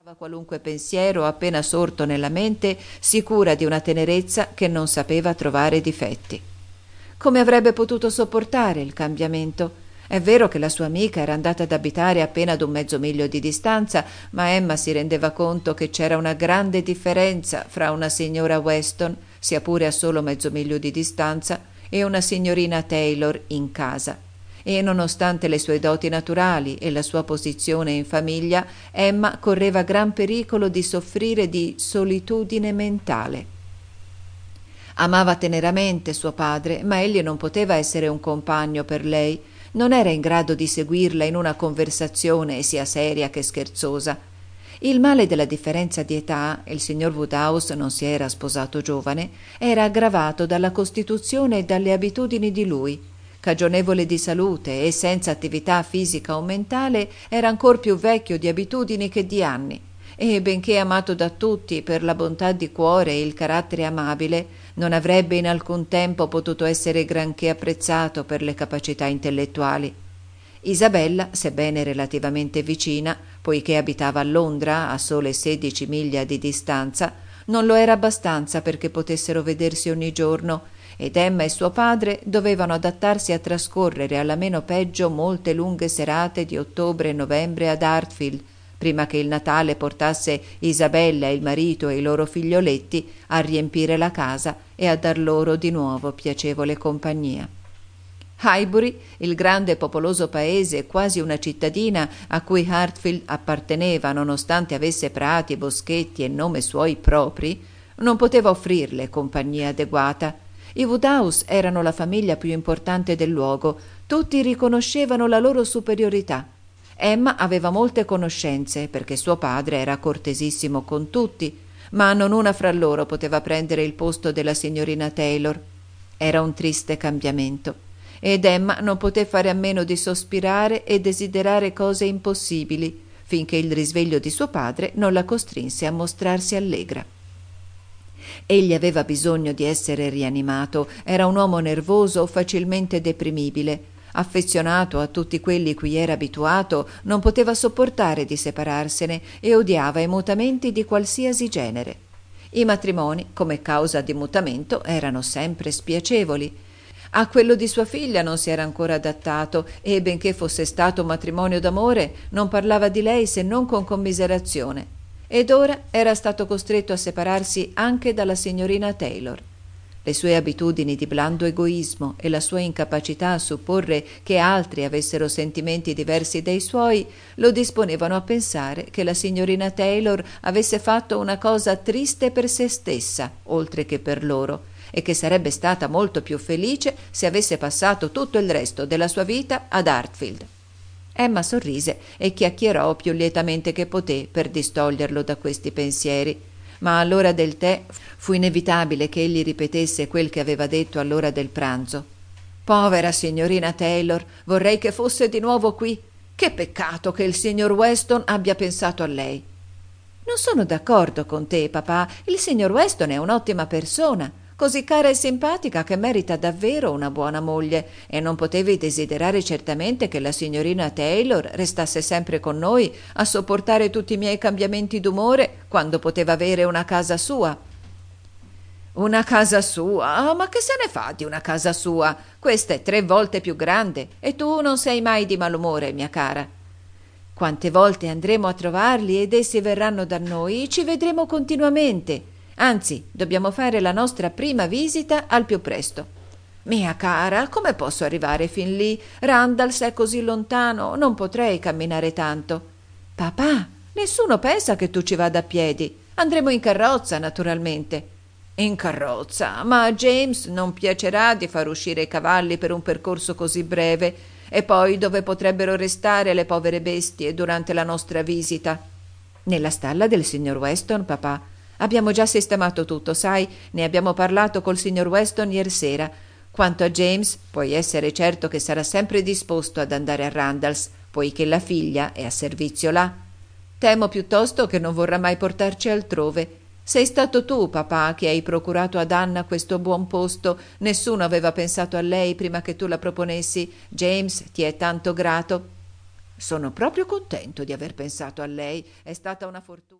Qualunque pensiero appena sorto nella mente, sicura di una tenerezza che non sapeva trovare difetti. Come avrebbe potuto sopportare il cambiamento? È vero che la sua amica era andata ad abitare appena ad un mezzo miglio di distanza, ma Emma si rendeva conto che c'era una grande differenza fra una signora Weston, sia pure a solo mezzo miglio di distanza, e una signorina Taylor in casa. E nonostante le sue doti naturali e la sua posizione in famiglia, Emma correva gran pericolo di soffrire di solitudine mentale. Amava teneramente suo padre, ma egli non poteva essere un compagno per lei. Non era in grado di seguirla in una conversazione sia seria che scherzosa. Il male della differenza di età, il signor Woodhouse non si era sposato giovane, era aggravato dalla costituzione e dalle abitudini di lui. Cagionevole di salute e senza attività fisica o mentale, era ancor più vecchio di abitudini che di anni, e benché amato da tutti per la bontà di cuore e il carattere amabile, non avrebbe in alcun tempo potuto essere granché apprezzato per le capacità intellettuali. Isabella, sebbene relativamente vicina, poiché abitava a Londra, a sole 16 miglia di distanza, non lo era abbastanza perché potessero vedersi ogni giorno, ed Emma e suo padre dovevano adattarsi a trascorrere alla meno peggio molte lunghe serate di ottobre e novembre ad Hartfield, prima che il Natale portasse Isabella e il marito e i loro figlioletti a riempire la casa e a dar loro di nuovo piacevole compagnia. Highbury, il grande e popoloso paese, quasi una cittadina a cui Hartfield apparteneva nonostante avesse prati, boschetti e nome suoi propri, non poteva offrirle compagnia adeguata. I Woodhouse erano la famiglia più importante del luogo, tutti riconoscevano la loro superiorità. Emma aveva molte conoscenze perché suo padre era cortesissimo con tutti, ma non una fra loro poteva prendere il posto della signorina Taylor. Era un triste cambiamento, ed Emma non poté fare a meno di sospirare e desiderare cose impossibili, finché il risveglio di suo padre non la costrinse a mostrarsi allegra. Egli aveva bisogno di essere rianimato, era un uomo nervoso, facilmente deprimibile. Affezionato a tutti quelli cui era abituato, non poteva sopportare di separarsene e odiava i mutamenti di qualsiasi genere. I matrimoni, come causa di mutamento, erano sempre spiacevoli. A quello di sua figlia non si era ancora adattato e, benché fosse stato un matrimonio d'amore, non parlava di lei se non con commiserazione. Ed ora era stato costretto a separarsi anche dalla signorina Taylor. Le sue abitudini di blando egoismo e la sua incapacità a supporre che altri avessero sentimenti diversi dai suoi lo disponevano a pensare che la signorina Taylor avesse fatto una cosa triste per se stessa, oltre che per loro, e che sarebbe stata molto più felice se avesse passato tutto il resto della sua vita ad Hartfield. Emma sorrise e chiacchierò più lietamente che poté per distoglierlo da questi pensieri, ma all'ora del tè fu inevitabile che egli ripetesse quel che aveva detto all'ora del pranzo. Povera signorina Taylor, vorrei che fosse di nuovo qui. Che peccato che il signor Weston abbia pensato a lei. Non sono d'accordo con te, papà. Il signor Weston è un'ottima persona, così cara e simpatica che merita davvero una buona moglie, e non potevi desiderare certamente che la signorina Taylor restasse sempre con noi a sopportare tutti i miei cambiamenti d'umore quando poteva avere una casa sua. Una casa sua? Ma che se ne fa di una casa sua? Questa è 3 volte più grande e tu non sei mai di malumore, mia cara. Quante volte andremo a trovarli ed essi verranno da noi, ci vedremo continuamente. Anzi, dobbiamo fare la nostra prima visita al più presto. Mia cara, come posso arrivare fin lì? Randalls è così lontano, non potrei camminare tanto. Papà, nessuno pensa che tu ci vada a piedi. Andremo in carrozza, naturalmente. In carrozza? Ma a James non piacerà di far uscire i cavalli per un percorso così breve. E poi dove potrebbero restare le povere bestie durante la nostra visita? Nella stalla del signor Weston, papà. Abbiamo già sistemato tutto, sai, ne abbiamo parlato col signor Weston iersera. Quanto a James, puoi essere certo che sarà sempre disposto ad andare a Randalls, poiché la figlia è a servizio là. Temo piuttosto che non vorrà mai portarci altrove. Sei stato tu, papà, che hai procurato ad Anna questo buon posto. Nessuno aveva pensato a lei prima che tu la proponessi. James ti è tanto grato. Sono proprio contento di aver pensato a lei, è stata una fortuna.